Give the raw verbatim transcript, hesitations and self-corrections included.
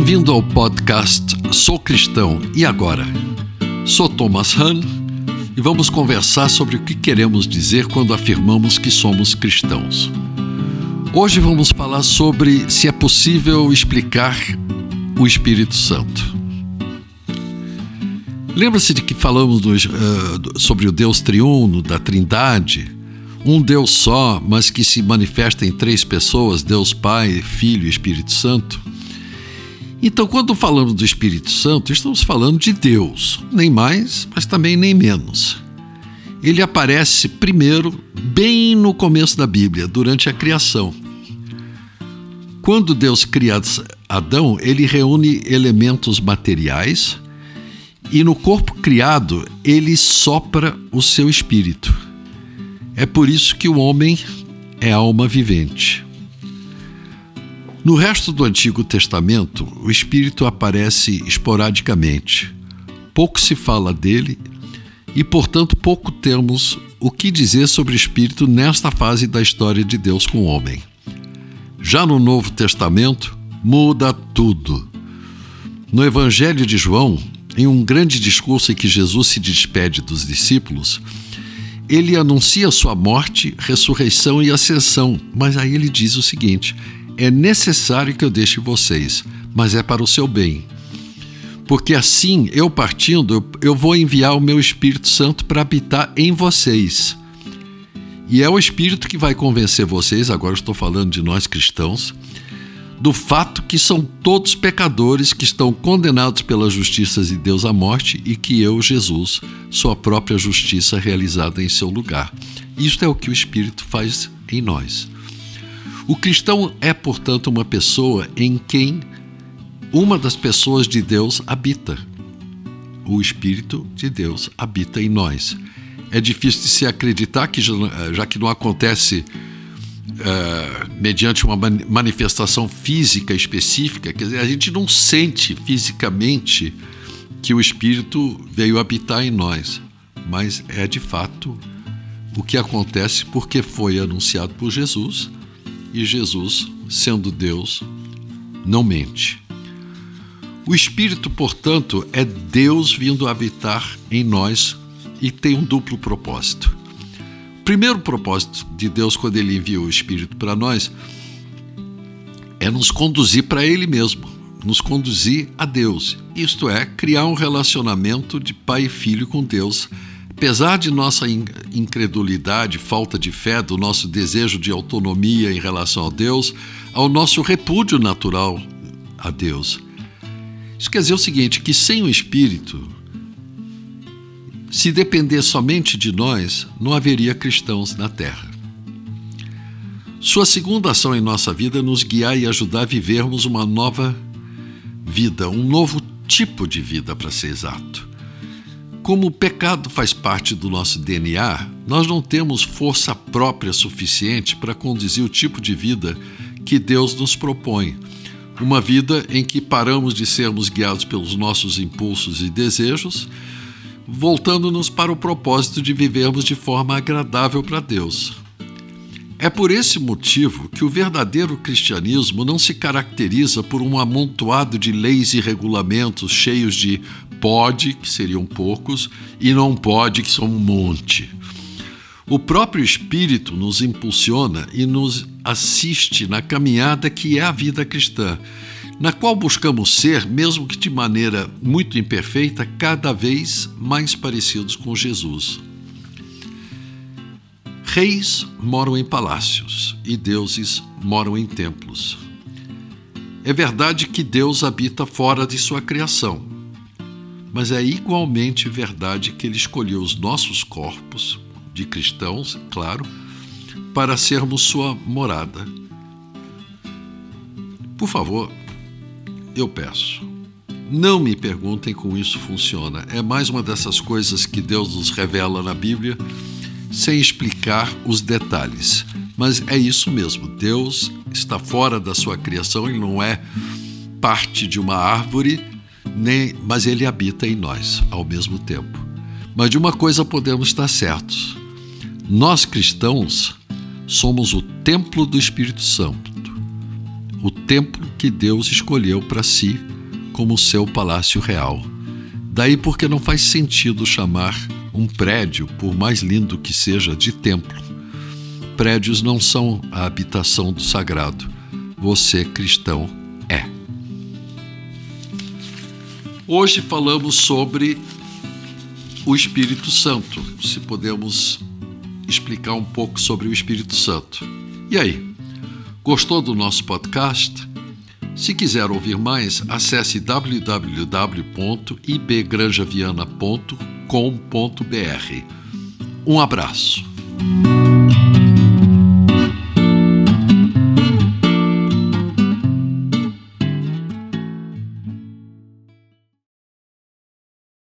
Bem-vindo ao podcast Sou Cristão, e agora? Sou Thomas Hahn e vamos conversar sobre o que queremos dizer quando afirmamos que somos cristãos. Hoje vamos falar sobre se é possível explicar o Espírito Santo. Lembra-se de que falamos do, uh, sobre o Deus triuno, da Trindade, um Deus só, mas que se manifesta em três pessoas, Deus Pai, Filho e Espírito Santo? Então, quando falamos do Espírito Santo, estamos falando de Deus, nem mais, mas também nem menos. Ele aparece primeiro, bem no começo da Bíblia, durante a criação. Quando Deus cria Adão, ele reúne elementos materiais e no corpo criado, ele sopra o seu espírito. É por isso que o homem é alma vivente. No resto do Antigo Testamento, o Espírito aparece esporadicamente. Pouco se fala dele e, portanto, pouco temos o que dizer sobre o Espírito nesta fase da história de Deus com o homem. Já no Novo Testamento, muda tudo. No Evangelho de João, em um grande discurso em que Jesus se despede dos discípulos, ele anuncia sua morte, ressurreição e ascensão, mas aí ele diz o seguinte: é necessário que eu deixe vocês, mas é para o seu bem. Porque assim, eu partindo, eu vou enviar o meu Espírito Santo para habitar em vocês. E é o Espírito que vai convencer vocês, agora eu estou falando de nós cristãos, do fato que são todos pecadores que estão condenados pela justiça de Deus à morte e que eu, Jesus, sou a própria justiça realizada em seu lugar. Isto é o que o Espírito faz em nós. O cristão é, portanto, uma pessoa em quem uma das pessoas de Deus habita. O Espírito de Deus habita em nós. É difícil de se acreditar que, já que não acontece uh, mediante uma manifestação física específica, quer dizer, a gente não sente fisicamente que o Espírito veio habitar em nós, mas é de fato o que acontece porque foi anunciado por Jesus. E Jesus, sendo Deus, não mente. O Espírito, portanto, é Deus vindo habitar em nós e tem um duplo propósito. O primeiro propósito de Deus, quando Ele envia o Espírito para nós, é nos conduzir para Ele mesmo, nos conduzir a Deus. Isto é, criar um relacionamento de pai e filho com Deus. Apesar de nossa incredulidade, falta de fé, do nosso desejo de autonomia em relação a Deus, ao nosso repúdio natural a Deus. Isso quer dizer o seguinte, que sem o Espírito, se depender somente de nós, não haveria cristãos na Terra. Sua segunda ação em nossa vida é nos guiar e ajudar a vivermos uma nova vida, um novo tipo de vida, para ser exato. Como o pecado faz parte do nosso D N A, nós não temos força própria suficiente para conduzir o tipo de vida que Deus nos propõe. Uma vida em que paramos de sermos guiados pelos nossos impulsos e desejos, voltando-nos para o propósito de vivermos de forma agradável para Deus. É por esse motivo que o verdadeiro cristianismo não se caracteriza por um amontoado de leis e regulamentos cheios de pode, que seriam poucos, e não pode, que são um monte. O próprio Espírito nos impulsiona e nos assiste na caminhada que é a vida cristã, na qual buscamos ser, mesmo que de maneira muito imperfeita, cada vez mais parecidos com Jesus. Reis moram em palácios e deuses moram em templos. É verdade que Deus habita fora de sua criação, mas é igualmente verdade que Ele escolheu os nossos corpos, de cristãos, claro, para sermos sua morada. Por favor, eu peço, não me perguntem como isso funciona. É mais uma dessas coisas que Deus nos revela na Bíblia, sem explicar os detalhes. Mas é isso mesmo, Deus está fora da sua criação, Ele não é parte de uma árvore, nem, mas Ele habita em nós ao mesmo tempo. Mas de uma coisa podemos estar certos: nós cristãos somos o templo do Espírito Santo, o templo que Deus escolheu para si como seu palácio real. Daí porque não faz sentido chamar um prédio, por mais lindo que seja, de templo. Prédios não são a habitação do sagrado. Você, cristão, é. Hoje falamos sobre o Espírito Santo, se podemos explicar um pouco sobre o Espírito Santo. E aí, gostou do nosso podcast? Se quiser ouvir mais, acesse w w w ponto i b granja viana ponto com ponto b r. Um abraço.